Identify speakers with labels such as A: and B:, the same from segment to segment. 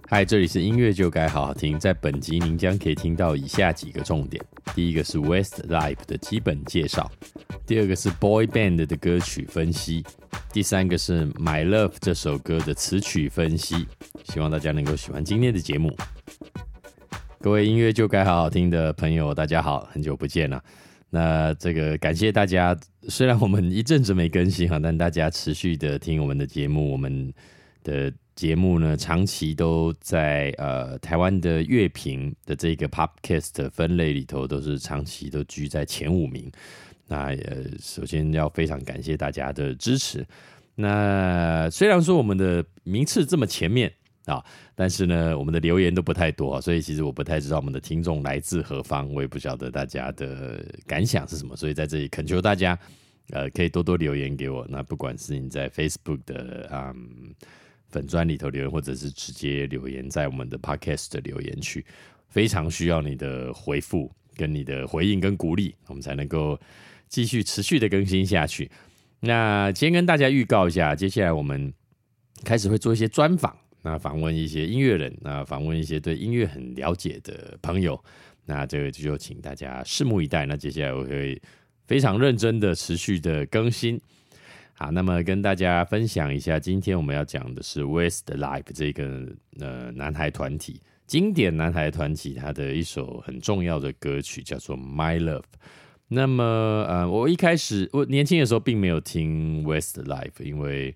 A: 嗨，这里是音乐就该好好听。在本集您将可以听到以下几个重点：第一个是 Westlife 的基本介绍，第二个是 Boy Band 的歌曲分析，第三个是 My Love 这首歌的词曲分析。希望大家能够喜欢今天的节目。各位音乐就该好好听的朋友，大家好，很久不见了。那这个感谢大家，虽然我们一阵子没更新哈，但大家持续的听我们的节目，我们的节目呢，长期都在台湾的乐评的这个 Podcast 分类里头，都是长期都居在前5名。那首先要非常感谢大家的支持。那虽然说我们的名次这么前面啊，但是呢，我们的留言都不太多，所以其实我不太知道我们的听众来自何方，我也不晓得大家的感想是什么，所以在这里恳求大家，可以多多留言给我。那不管是你在 Facebook 的粉专里头留言，或者是直接留言在我们的 Podcast 的留言区，非常需要你的回复、跟你的回应跟鼓励，我们才能够继续持续的更新下去。那先跟大家预告一下，接下来我们开始会做一些专访。那访问一些音乐人，那访问一些对音乐很了解的朋友，那这个就请大家拭目以待。那接下来我会非常认真的持续的更新。好，那么跟大家分享一下，今天我们要讲的是 Westlife 这个男孩团体，经典男孩团体，它的一首很重要的歌曲叫做 My Love。那么我一开始我年轻的时候并没有听 Westlife， 因为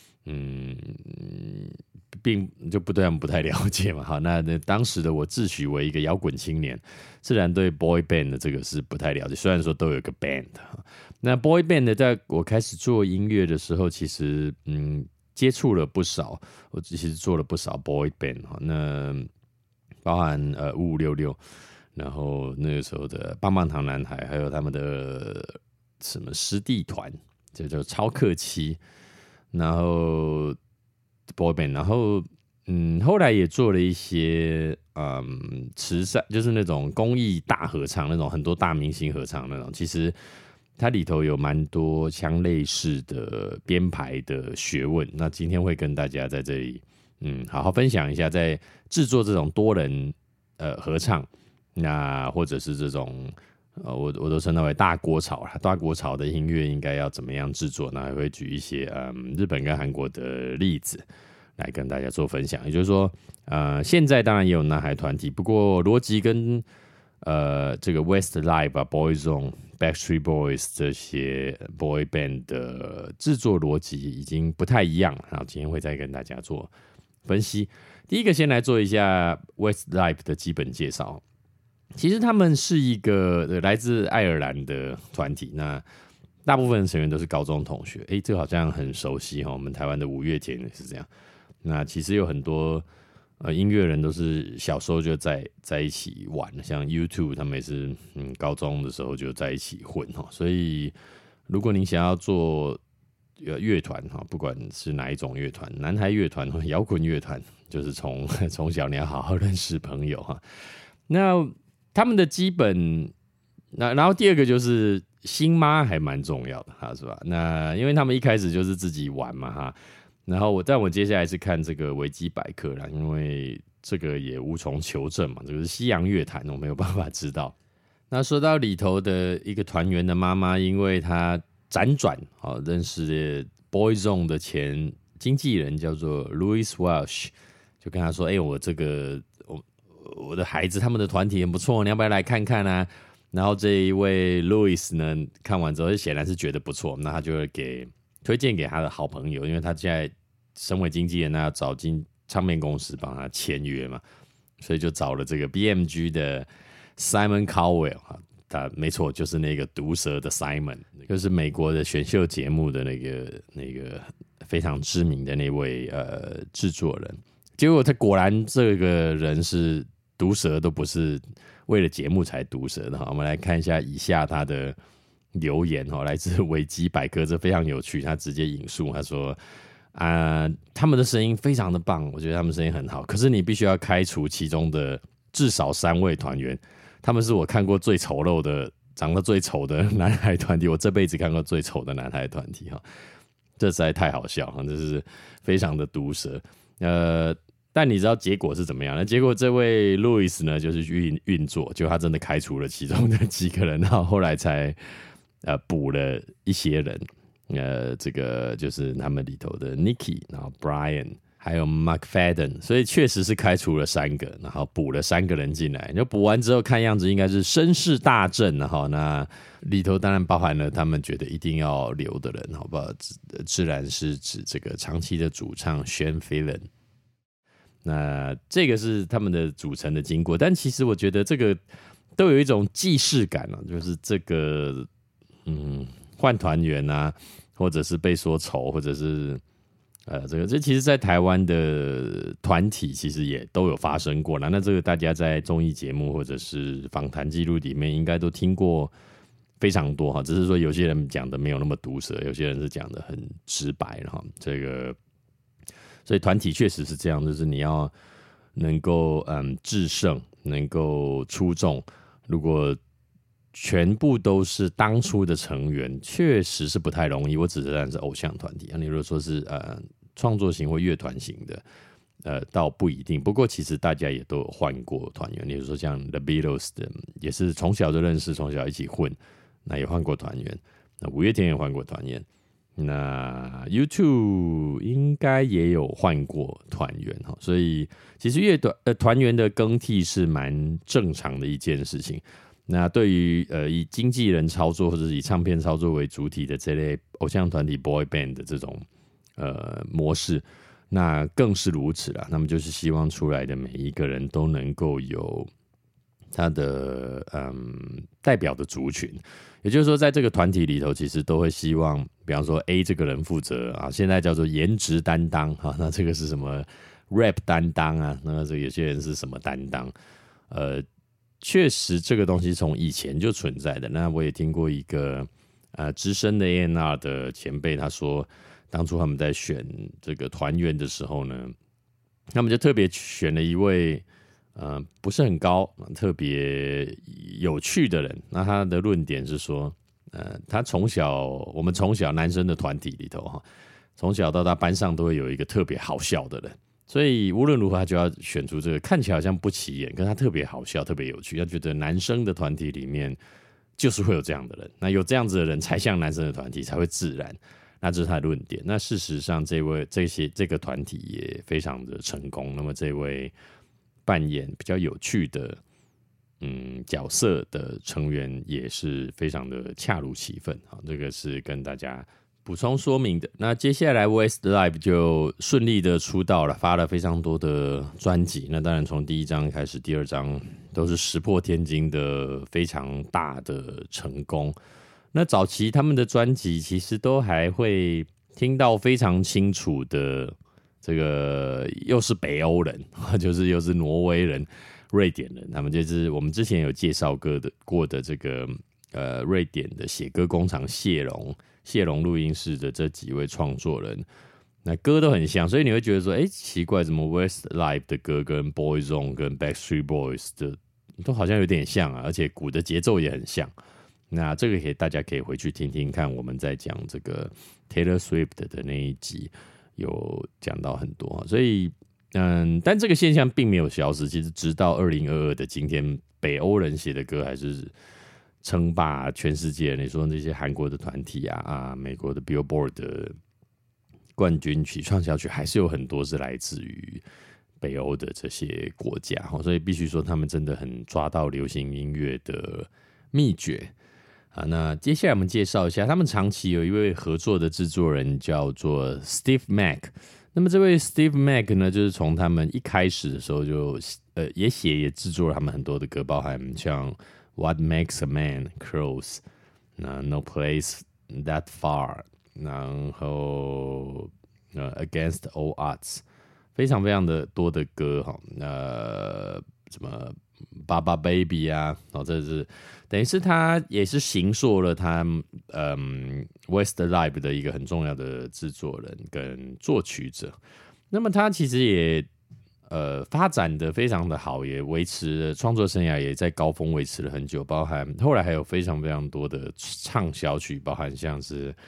A: 并就不对他们不太了解嘛。好，那当时的我自诩为一个摇滚青年，自然对 boy band 的这个是不太了解。虽然说都有一个 band， 那 boy band 在我开始做音乐的时候，其实接触了不少，我其实做了不少 boy band， 那包含5566，然后那个时候的棒棒糖男孩，还有他们的什么师弟团，就叫超客七。然后 boy band， 然后后来也做了一些慈善，就是那种公益大合唱，那种很多大明星合唱那种，其实它里头有蛮多像类似的编排的学问。那今天会跟大家在这里好好分享一下，在制作这种多人合唱，那或者是这种我都称它为大锅炒啦，大锅炒的音乐应该要怎么样制作？那还会举一些日本跟韩国的例子来跟大家做分享。也就是说，现在当然也有男孩团体，不过逻辑跟这个 Westlife 啊、Boyzone、Backstreet Boys 这些 boy band 的制作逻辑已经不太一样。然后今天会再跟大家做分析。第一个先来做一下 Westlife 的基本介绍。其实他们是一个来自爱尔兰的团体，那大部分成员都是高中同学。这个好像很熟悉哈，我们台湾的五月天也是这样。那其实有很多音乐人都是小时候就在一起玩，像 YouTube 他们也是高中的时候就在一起混哈。所以如果你想要做乐团哈，不管是哪一种乐团，男孩乐团或摇滚乐团，就是从小你要好好认识朋友哈。那他们的基本，然后第二个就是新妈还蛮重要的哈，是吧？那因为他们一开始就是自己玩嘛哈，然后我接下来是看这个维基百科啦，因为这个也无从求证嘛，这个是西洋乐坛，我没有办法知道。那说到里头的一个团员的妈妈，因为她辗转认识 Boyzone 的前经纪人叫做 Louis Walsh， 就跟他说：“我的孩子他们的团体很不错，你要不要来看看啊？”然后这一位 Louis 呢，看完之后显然是觉得不错，那他就会推荐给他的好朋友，因为他现在身为经纪人，那要找唱片公司帮他签约嘛，所以就找了这个 BMG 的 Simon Cowell， 他没错，就是那个毒舌的 Simon， 就是美国的选秀节目的那个非常知名的那位制作人。结果他果然这个人是毒舌，都不是为了节目才毒舌的。我们来看一下以下他的留言，来自维基百科，这非常有趣。他直接引述他说：“他们的声音非常的棒，我觉得他们声音很好。可是你必须要开除其中的至少3位团员，他们是我看过最丑陋的、长得最丑的男孩团体，我这辈子看过最丑的男孩团体哈，这实在太好笑，这是非常的毒舌。 但你知道结果是怎么样？那结果这位 Louis 呢，就是去运作，就他真的开除了其中的几个人，然后后来才补了一些人，这个就是他们里头的 Nicky， 然后 Brian， 还有 McFadden， 所以确实是开除了3个，然后补了3个人进来。就补完之后，看样子应该是声势大振，然后那里头当然包含了他们觉得一定要留的人，好不好？自然是指这个长期的主唱 Shane Fallon。那这个是他们的组成的经过，但其实我觉得这个都有一种既视感啊，就是这个换团员啊，或者是被说丑，或者是这其实在台湾的团体其实也都有发生过啦。那这个大家在综艺节目或者是访谈记录里面应该都听过非常多哈，只是说有些人讲的没有那么毒舌，有些人是讲的很直白哈。这个所以团体确实是这样，就是你要能够制胜，能够出众。如果全部都是当初的成员，确实是不太容易。我指的是偶像团体，你如果说是创作型或乐团型的，倒不一定。不过其实大家也都有换过团员，比如说像 The Beatles 的，也是从小就认识，从小一起混，那也换过团员。那五月天也换过团员。那 YouTube 应该也有换过团员，所以其实团员的更替是蛮正常的一件事情。那对于以经纪人操作或者是以唱片操作为主体的这类偶像团体 boy band 的这种模式，那更是如此啦。那么就是希望出来的每一个人都能够有他的代表的族群，也就是说，在这个团体里头，其实都会希望，比方说 A 这个人负责啊，现在叫做颜值担当啊，那这个是什么 rap 担当啊？那这有些人是什么担当？确实这个东西从以前就存在的。那我也听过一个资深的 A&R 的前辈，他说，当初他们在选这个团员的时候呢，他们就特别选了一位。不是很高，特别有趣的人。那他的论点是说，我们从小男生的团体里头哈，从小到大班上都会有一个特别好笑的人，所以无论如何他就要选出这个看起来好像不起眼，可是他特别好笑、特别有趣。他觉得男生的团体里面就是会有这样的人，那有这样子的人才像男生的团体才会自然。那这是他的论点。那事实上，这个团体也非常的成功。那么这位扮演比较有趣的角色的成员也是非常的恰如其分，好，这个是跟大家补充说明的。那接下来 Westlife 就顺利的出道了，发了非常多的专辑。那当然从第1张开始，第2张都是石破天惊的非常大的成功。那早期他们的专辑其实都还会听到非常清楚的。这个又是北欧人，就是又是挪威人、瑞典人，他们就是我们之前有介绍过的这个瑞典的写歌工厂谢龙录音室的这几位创作人，那歌都很像，所以你会觉得说，奇怪，怎么 Westlife 的歌跟 Boyzone 跟 Backstreet Boys 的都好像有点像啊，而且鼓的节奏也很像。那这个大家可以回去听听看，我们在讲这个 Taylor Swift 的那一集。有讲到很多，所以但这个现象并没有消失。其实直到2022的今天，北欧人写的歌还是称霸全世界。你说那些韩国的团体美国的 Billboard 的冠军曲、畅销曲，还是有很多是来自于北欧的这些国家。所以必须说，他们真的很抓到流行音乐的秘诀。那接下来我们介绍一下，他们长期有一位合作的制作人叫做 Steve Mac。那么这位 Steve Mac 呢，就是从他们一开始的时候就也制作了他们很多的歌，包含像 What Makes a Man、Close、No Place That Far， 然后Against All Odds， 非常非常的多的歌哈。什么Baba Baby 啊，这是等于是他也是形塑了他Westlife 的一个很重要的制作人跟作曲者。那么他其实也发展的非常的好，也维持了创作生涯也在高峰维持了很久，包含后来还有非常非常多的畅销曲，包含像是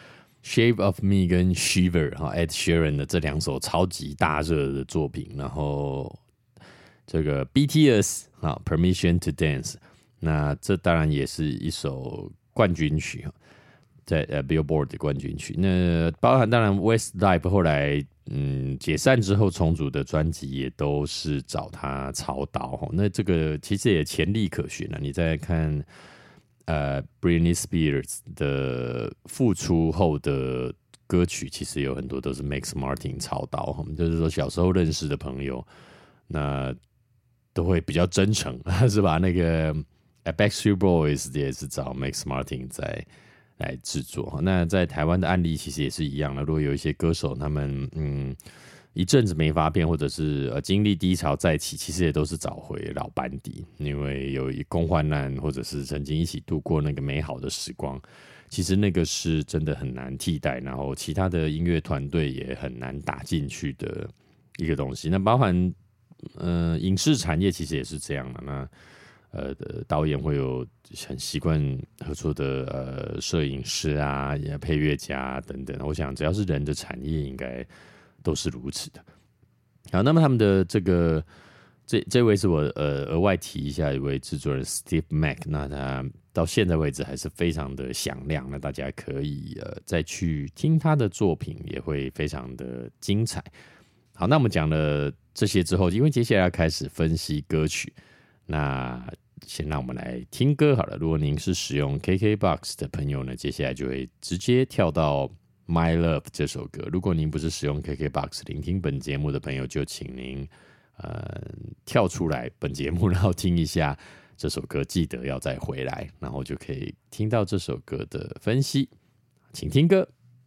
A: Shape of Me 跟 Shiver Ed Sheeran 的这2首超级大热的作品，然后这个 BTS Permission to Dance， 那这当然也是一首冠军曲，在Billboard 的冠军曲。那包含当然 Westlife 后来解散之后重组的专辑也都是找他操刀，那这个其实也前例可循了。你再看Britney Spears 的复出后的歌曲，其实有很多都是 Max Martin 操刀，就是说小时候认识的朋友，那都会比较真诚，是吧？那个 Backstreet Boys 也是找 Max Martin 来制作。那在台湾的案例其实也是一样的，如果有一些歌手他们一阵子没发片，或者是经历低潮再起，其实也都是找回老班底，因为有一共患难，或者是曾经一起度过那个美好的时光，其实那个是真的很难替代，然后其他的音乐团队也很难打进去的一个东西。那包含影视产业其实也是这样的，那导演会有很习惯合作的摄影师啊、配乐家等等，我想只要是人的产业，应该都是如此的。好，那么他们的这位是我额外提一下一位制作人 Steve Mac， 那他到现在为止还是非常的响亮，那大家可以再去听他的作品，也会非常的精彩。好，那我们讲了这些之后，因为接下来要开始分析歌曲，那先让我们来听歌好了。如果您是使用 KKBOX 的朋友呢，接下来就会直接跳到My Love 这首歌。如果您不是使用 KKBOX 聆听本节目的朋友，就请您跳出来本节目，然后听一下这首歌，记得要再回来，然后就可以听到这首歌的分析。请听歌，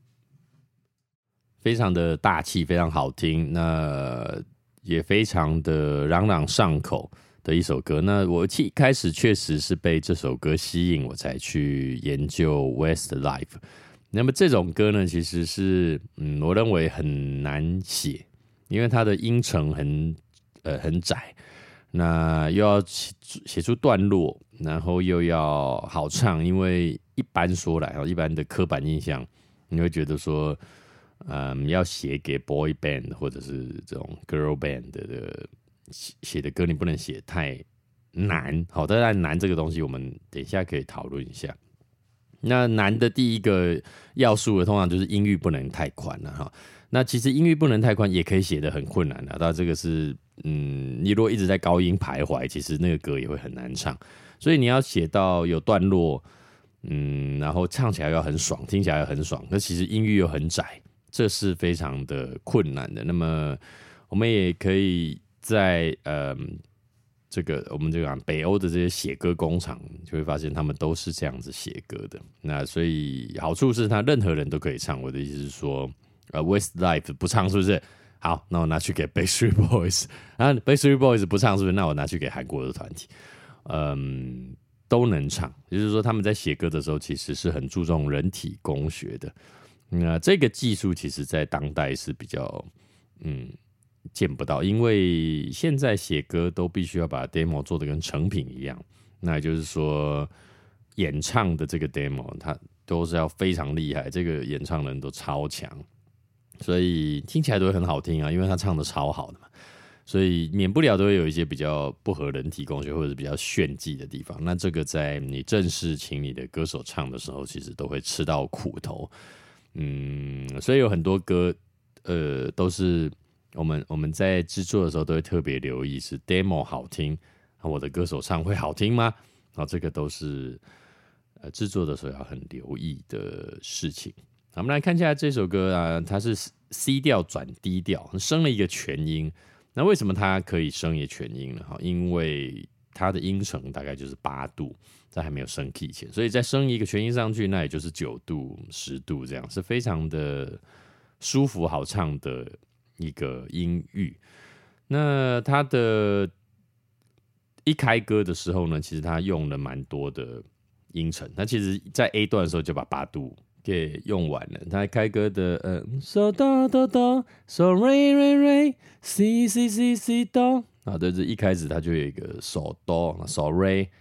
A: 非常的大气，非常好听，那也非常的朗朗上口的一首歌。那我一开始确实是被这首歌吸引，我才去研究 Westlife。那么这种歌呢，其实是我认为很难写，因为它的音程很窄，那又要写出段落，然后又要好唱。因为一般说来，一般的刻板印象，你会觉得说，要写给 boy band 或者是这种 girl band 的写的歌，你不能写太难。好，当然难这个东西，我们等一下可以讨论一下。那难的第一个要素通常就是音域不能太宽了哈。那其实音域不能太宽也可以写得很困难的，但这个是你如果一直在高音徘徊，其实那个歌也会很难唱。所以你要写到有段落，然后唱起来要很爽，听起来要很爽，可其实音域又很窄，这是非常的困难的。那么我们也可以在我们北欧的这些写歌工厂，就会发现他们都是这样子写歌的。那所以好处是他任何人都可以唱。我的意思是说，Westlife 不唱是不是？好，那我拿去给 Backstreet Boys， 然后 Backstreet Boys 不唱是不是？那我拿去给韩国的团体，都能唱。也就是说，他们在写歌的时候，其实是很注重人体工学的。那这个技术其实在当代是比较见不到，因为现在写歌都必须要把 demo 做得跟成品一样，那也就是说演唱的这个 demo 它都是要非常厉害，这个演唱人都超强，所以听起来都会很好听啊，因为他唱的超好的嘛，所以免不了都会有一些比较不合人体工学或者是比较炫技的地方。那这个在你正式请你的歌手唱的时候，其实都会吃到苦头。所以有很多歌都是我们在制作的时候都会特别留意，是 demo 好听，我的歌手唱会好听吗？这个都是制作的时候要很留意的事情。我们来看一下这首歌啊，它是 C 调转 D 调，升了一个全音。那为什么它可以升一个全音呢？因为它的音程大概就是8度，在还没有升 key 前，所以再升一个全音上去，那也就是9度、10度这样，是非常的舒服好唱的一个音域。那它的一开歌的时候呢，其实它用了蛮多的音程，它其实在 A 段的时候就把8度给用完了。它开歌的So do do do So re re re Si si si si do， 对，这一开始它就有一个手哆手 re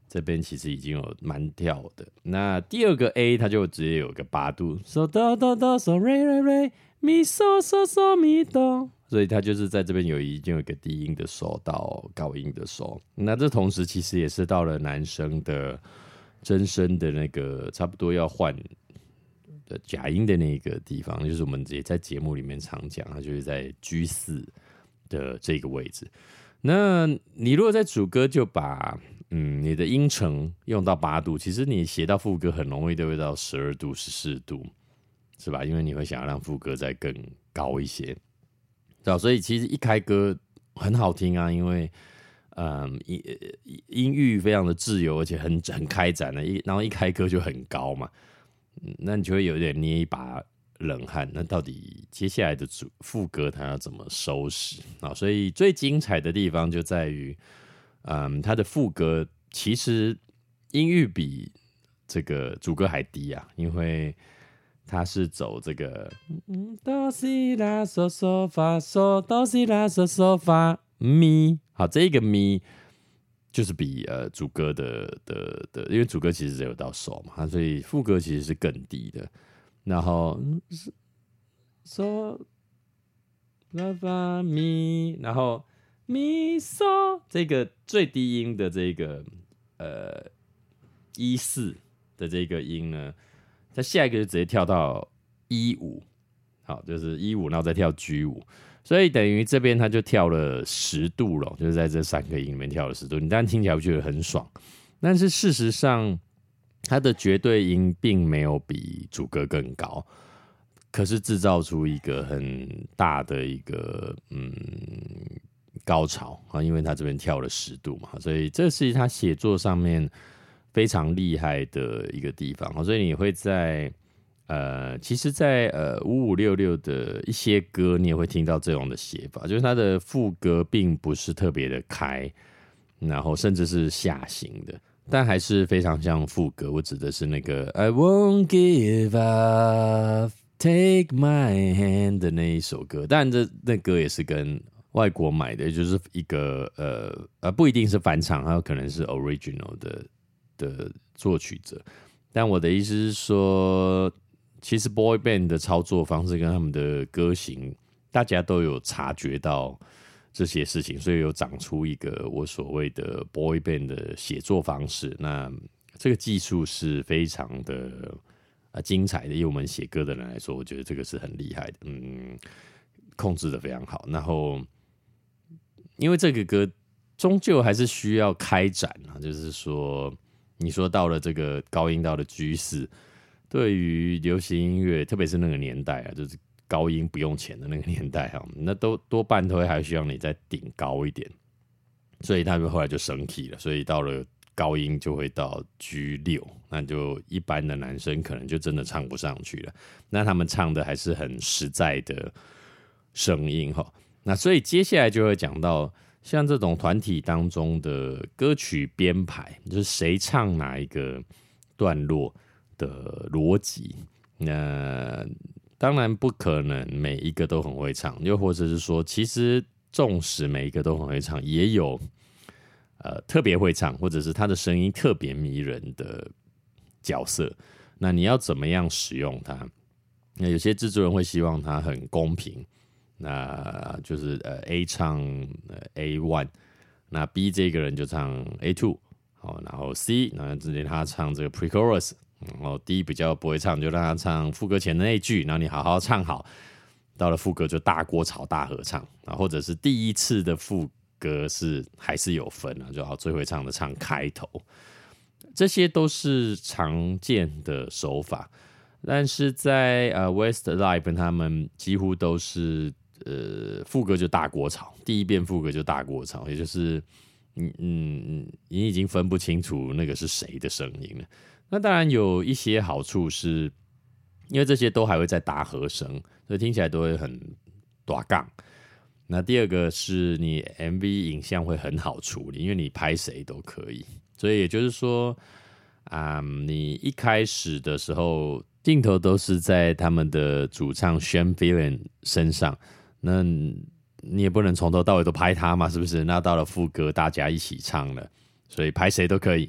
A: 这边其实已经有蛮跳的。那第二个 A 它就直接有个8度，so do do do so re re re mi so so so mi do， 所以它就是在这边已经有一个低音的收到高音的收。那这同时其实也是到了男生的真声的那个差不多要换的假音的那个地方，就是我们也在节目里面常讲，它就是在 G4的这个位置。那你如果在主歌就把你的音程用到8度，其实你写到副歌很容易都会到12度、14度，是吧？因为你会想要让副歌再更高一些，所以其实一开歌很好听啊，因为音域非常的自由，而且很开展的，然后一开歌就很高嘛，那你就会有点捏一把冷汗，那到底接下来的副歌它要怎么收拾啊？所以最精彩的地方就在于，它的副歌其实音域比这个主歌还低啊，因为它是走这个哆西拉嗦嗦发嗦哆西拉嗦嗦发咪，好，这个咪就是比主歌的，因为主歌其实只有到手嘛，所以副歌其实是更低的。然后嗦拉发咪，然后咪嗦，这个最低音的这个1/4的这个音呢，它下一个就直接跳到1/5，好，就是1/5，然后再跳 G5，所以等于这边它就跳了10度了，就是在这3个音里面跳了10度。你当然听起来会觉得很爽，但是事实上它的绝对音并没有比主歌更高，可是制造出一个很大的一个高潮啊，因为他这边跳了10度嘛，所以这是他写作上面非常厉害的一个地方。所以你会在其实在5566的一些歌，你也会听到这种的写法，就是它的副歌并不是特别的开，然后甚至是下行的，但还是非常像副歌。我指的是那个 I won't give up Take My Hand 的那一首歌，但那歌也是跟外国买的，就是一个不一定是翻唱，还有可能是 original 的作曲者。但我的意思是说，其实 boy band 的操作方式跟他们的歌型，大家都有察觉到这些事情，所以有长出一个我所谓的 boy band 的写作方式。那这个技术是非常的精彩的，以我们写歌的人来说，我觉得这个是很厉害的，控制的非常好。然后，因为这个歌终究还是需要开展啊，就是说，你说到了这个高音到了 G4，对于流行音乐，特别是那个年代啊，就是高音不用钱的那个年代啊，那多半都会还需要你再顶高一点，所以他们后来就升 key 了，所以到了高音就会到 G6， 那就一般的男生可能就真的唱不上去了。那他们唱的还是很实在的声音哈。那所以接下来就会讲到像这种团体当中的歌曲编排，就是谁唱哪一个段落的逻辑。那当然不可能每一个都很会唱，又或者是说，其实纵使每一个都很会唱，也有特别会唱，或者是他的声音特别迷人的角色。那你要怎么样使用它？那有些制作人会希望它很公平，那就是A 唱A1， 那 B 这个人就唱 A2， 然后 C 然后直接他唱这个 pre-chorus， 然后 D 比较不会唱，就让他唱副歌前的那一句，然后你好好唱好，到了副歌就大锅炒大合唱，或者是第一次的副歌还是有分啊，就好最会唱的唱开头，这些都是常见的手法。但是在Westlife 他们几乎都是副歌就大锅炒，第一遍副歌就大锅炒，也就是你已经分不清楚那个是谁的声音了。那当然有一些好处是，因为这些都还会再打和声，所以听起来都会很大杠。那第二个是你 MV 影像会很好处理，因为你拍谁都可以，所以也就是说你一开始的时候镜头都是在他们的主唱 Sean Phelan 身上，那你也不能从头到尾都拍他嘛，是不是？那到了副歌大家一起唱了，所以拍谁都可以。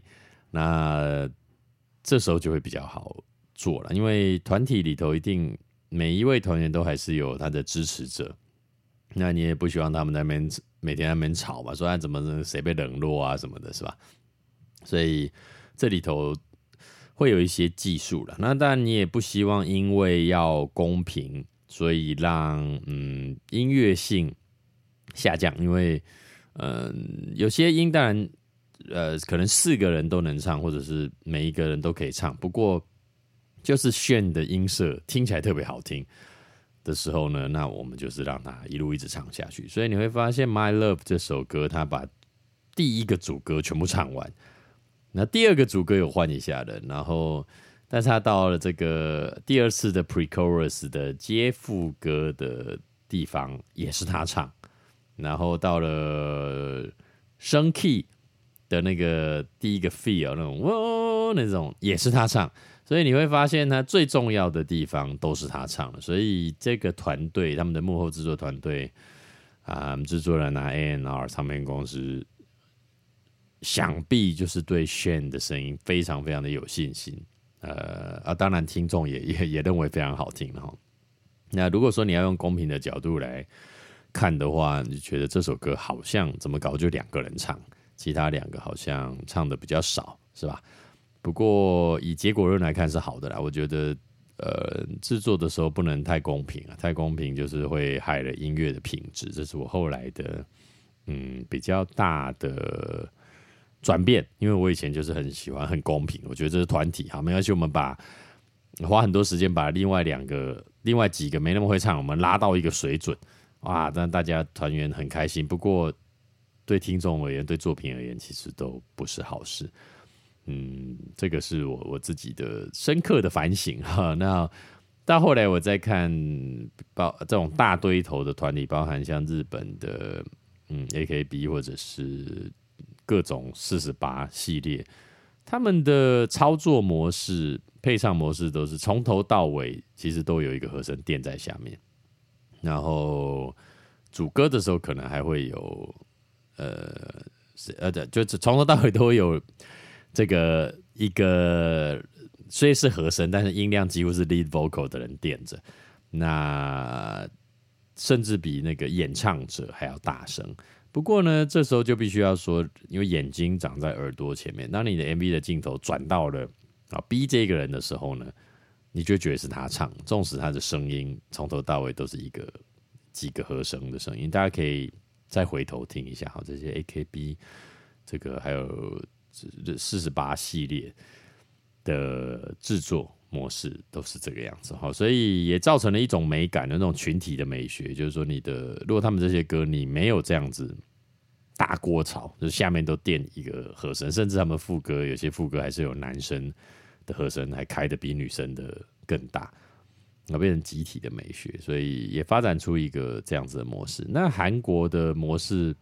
A: 那这时候就会比较好做了，因为团体里头一定每一位团员都还是有他的支持者，那你也不希望他们在那边每天在那边吵嘛，说怎么谁被冷落啊什么的，是吧？所以这里头会有一些技术了。那当然你也不希望因为要公平，所以让音乐性下降，因为有些音当然可能4个人都能唱，或者是每一个人都可以唱，不过就是炫的音色听起来特别好听的时候呢，那我们就是让他一路一直唱下去。所以你会发现《My Love》这首歌，他把第一个主歌全部唱完，那第二个主歌有换一下的，然后但是他到了这个第二次的 pre-chorus 的接副歌的地方也是他唱，然后到了升 key 的那个第一个 feel 那种喔那种也是他唱。所以你会发现，他最重要的地方都是他唱的。所以这个团队，他们的幕后制作团队制作人A&R 唱片公司，想必就是对 Shane 的声音非常非常的有信心。当然听众也认为非常好听哈。那如果说你要用公平的角度来看的话，你就觉得这首歌好像怎么搞就2个人唱，其他2个好像唱的比较少，是吧？不过以结果论来看是好的啦，我觉得制作的时候不能太公平啊，太公平就是会害了音乐的品质，这是我后来的比较大的转变，因为我以前就是很喜欢很公平，我觉得这是团体好，没关系，我们花很多时间把另外几个没那么会唱，我们拉到一个水准，哇，让大家团员很开心。不过对听众而言，对作品而言，其实都不是好事。这个是我自己的深刻的反省哈。那到后来我再看这种大堆头的团体，包含像日本的AKB 或者是各种48系列，他们的操作模式、配唱模式都是从头到尾其实都有一个和声垫在下面，然后主歌的时候可能还会有就从头到尾都有这个一个虽是和声，但是音量几乎是 lead vocal 的人垫着，那甚至比那个演唱者还要大声。不过呢，这时候就必须要说，因为眼睛长在耳朵前面，当你的 MV 的镜头转到了B 这个人的时候呢，你就觉得是他唱，纵使他的声音从头到尾都是几个和声的声音，大家可以再回头听一下哈，这些 AKB 这个还有48系列的制作模式都是这个样子，所以也造成了一种美感的那种群体的美学，就是说如果他们这些歌你没有这样子大锅炒，就是下面都垫一个和声，甚至他们有些副歌还是有男生的和声还开的比女生的更大，变成集体的美学，所以也发展出一个这样子的模式。那韩国的模式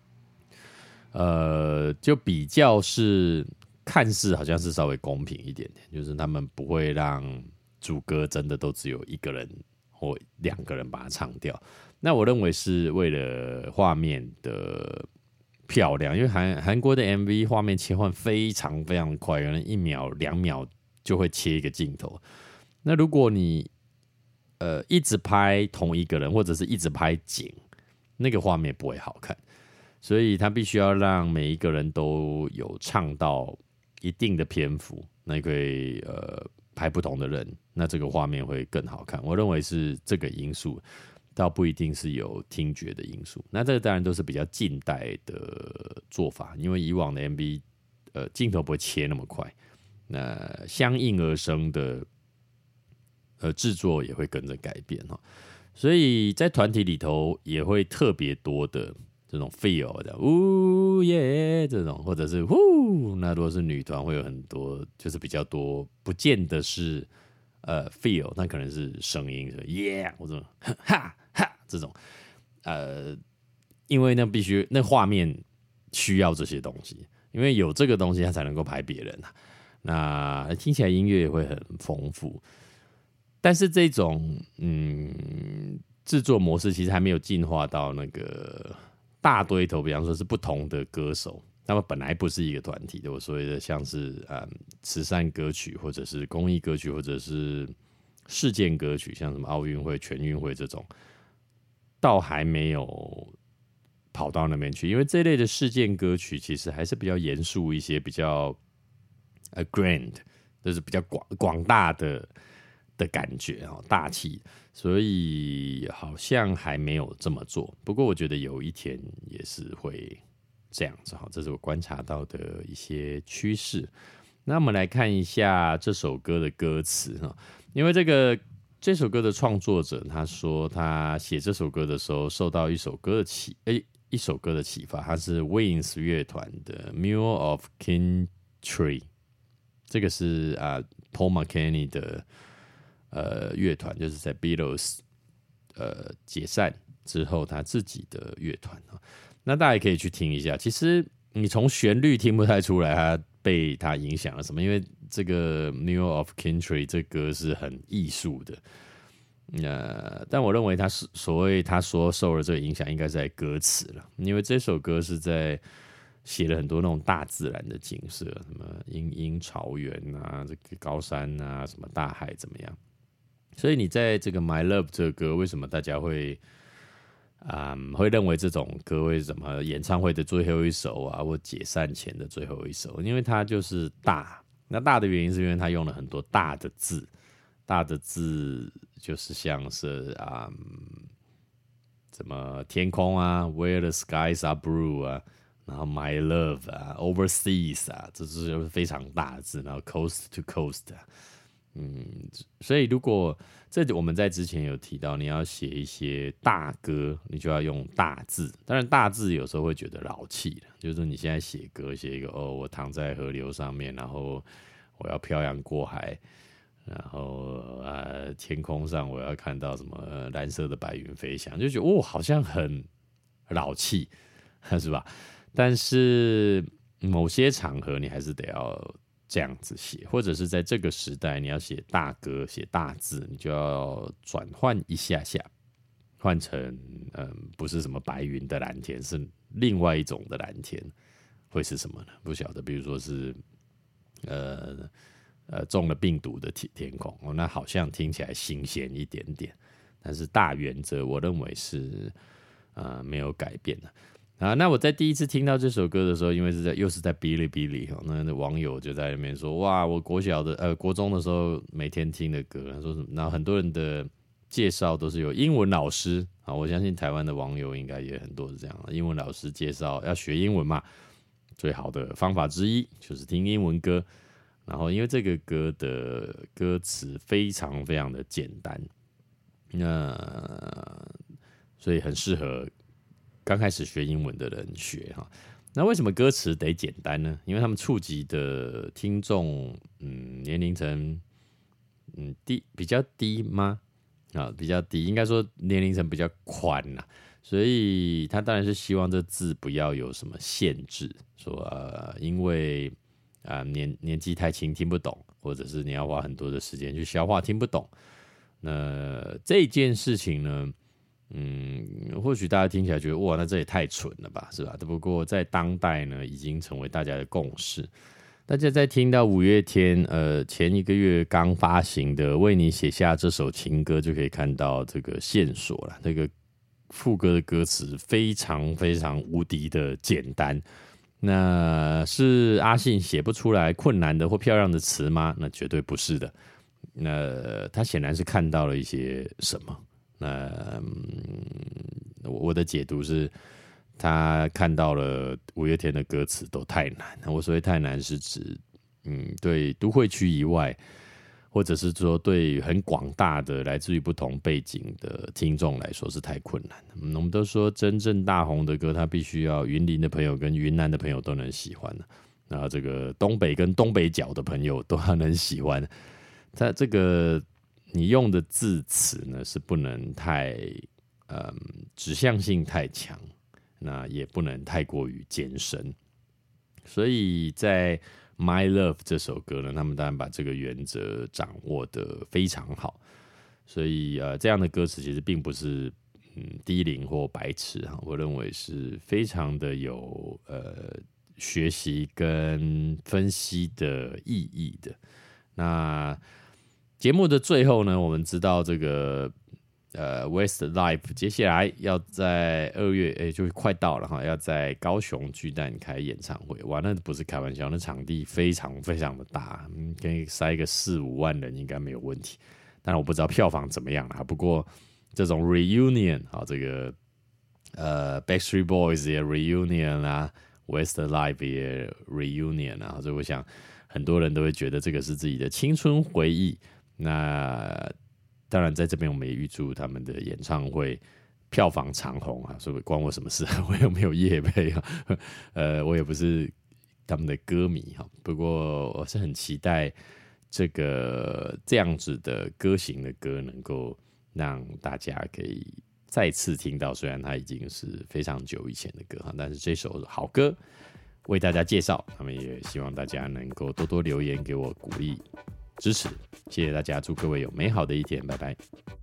A: 就比较是看似好像是稍微公平一点点，就是他们不会让主歌真的都只有1个人或2个人把它唱掉。那我认为是为了画面的漂亮，因为韩国的 MV 画面切换非常非常快，可能1秒2秒就会切一个镜头。那如果你一直拍同一个人，或者是一直拍景，那个画面不会好看。所以他必须要让每一个人都有唱到一定的篇幅，那可以拍不同的人，那这个画面会更好看。我认为是这个因素，倒不一定是有听觉的因素。那这个当然都是比较近代的做法，因为以往的 MV 镜头不会切那么快，那相应而生的制作也会跟着改变哈。所以在团体里头也会特别多的这种 feel 的呜耶这种，或者是呼，那如果是女团会有很多，就是比较多，不见得是feel， 那可能是声音耶或者哈哈这种因为那画面需要这些东西，因为有这个东西它才能够拍别人那听起来音乐也会很丰富，但是这种制作模式其实还没有进化到那个大堆头，比方说是不同的歌手他们本来不是一个团体的，我所谓的像是慈善歌曲，或者是公益歌曲，或者是事件歌曲，像什么奥运会、全运会这种，倒还没有跑到那边去，因为这类的事件歌曲其实还是比较严肃一些，比较grand， 就是比较广大的感觉大气，所以好像还没有这么做。不过我觉得有一天也是会这样子，这是我观察到的一些趋势。那我们来看一下这首歌的歌词，因为这首歌的创作者他说他写这首歌的时候受到一首歌的启发，他是 Wings 乐团的 Mule of Kintree， 这个是Paul McCartney 的乐团，就是在 Beatles 解散之后他自己的乐团。那大家也可以去听一下，其实你从旋律听不太出来他被他影响了什么，因为这个 Mule of Kintree 这歌是很艺术的。但我认为他说受了这个影响，应该是在歌词了，因为这首歌是在写了很多那种大自然的景色，什么茵草原啊，这个高山啊，什么大海怎么样？所以你在这个 My Love 这个歌，为什么大家会认为这种歌为什么演唱会的最后一首啊，或解散前的最后一首？因为它就是大，那大的原因是因为它用了很多大的字。大的字就是像是什么天空啊 ，Where the skies are blue 啊，然后 My love 啊 ，Overseas 啊，这是非常大的字，然后 Coast to coast 啊，所以如果我们在之前有提到，你要写一些大歌，你就要用大字。当然，大字有时候会觉得老气了，就是说你现在写歌，写一个我躺在河流上面，然后我要漂洋过海。然后天空上我要看到什么蓝色的白云飞翔，就觉得好像很老气，是吧？但是某些场合你还是得要这样子写，或者是在这个时代你要写大歌、写大字，你就要转换一下下，换成不是什么白云的蓝天，是另外一种的蓝天，会是什么呢？不晓得，比如说是中了病毒的天空，那好像听起来新鲜一点点，但是大原则我认为是没有改变的那我在第一次听到这首歌的时候，因为又是在哔哩哔哩那网友就在那边说，哇，我国中的时候每天听的歌，他说什么？然后很多人的介绍都是有英文老师我相信台湾的网友应该也很多是这样，英文老师介绍要学英文嘛，最好的方法之一就是听英文歌。然后，因为这个歌的歌词非常非常的简单，所以很适合刚开始学英文的人学那为什么歌词得简单呢？因为他们触及的听众，年龄层，比较低吗？比较低，应该说年龄层比较宽啦，所以他当然是希望这字不要有什么限制，说因为。年纪太轻听不懂，或者是你要花很多的时间去消化听不懂。那这件事情呢，或许大家听起来觉得哇，那这也太蠢了吧，是吧？不过在当代呢，已经成为大家的共识。大家在听到五月天前一个月刚发行的《为你写下这首情歌》，就可以看到这个线索了。这个副歌的歌词非常非常无敌的简单。那是阿信写不出来困难的或漂亮的词吗？那绝对不是的。那他显然是看到了一些什么。那我的解读是，他看到了五月天的歌词都太难。我所谓太难是指，对都会区以外，或者是说对很广大的来自于不同背景的听众来说是太困难我们都说真正大红的歌，它必须要云林的朋友跟云南的朋友都能喜欢然后这个东北跟东北角的朋友都要能喜欢。它这个你用的字词呢是不能太指向性太强，那也不能太过于艰深。所以在My Love 这首歌呢，他们当然把这个原则掌握得非常好，所以这样的歌词其实并不是低龄或白痴我认为是非常的有学习跟分析的意义的。那节目的最后呢，我们知道这个Westlife 接下来要在2月，就快到了哈，要在高雄巨蛋开演唱会。哇，那不是开玩笑，那场地非常非常的大，可以塞个4-5万人应该没有问题。当然我不知道票房怎么样啦，不过这种 reunion 好，这个Backstreet Boys 也 reunion 啊，Westlife 也 reunion 啊，所以我想很多人都会觉得这个是自己的青春回忆。那当然在这边我们也预祝他们的演唱会票房长红啊，所以关我什么事啊？我又没有业配啊，我也不是他们的歌迷哈。不过我是很期待这样子的歌型的歌能够让大家可以再次听到，虽然它已经是非常久以前的歌哈，但是这首好歌为大家介绍，他们也希望大家能够多多留言给我鼓励支持，谢谢大家，祝各位有美好的一天，拜拜。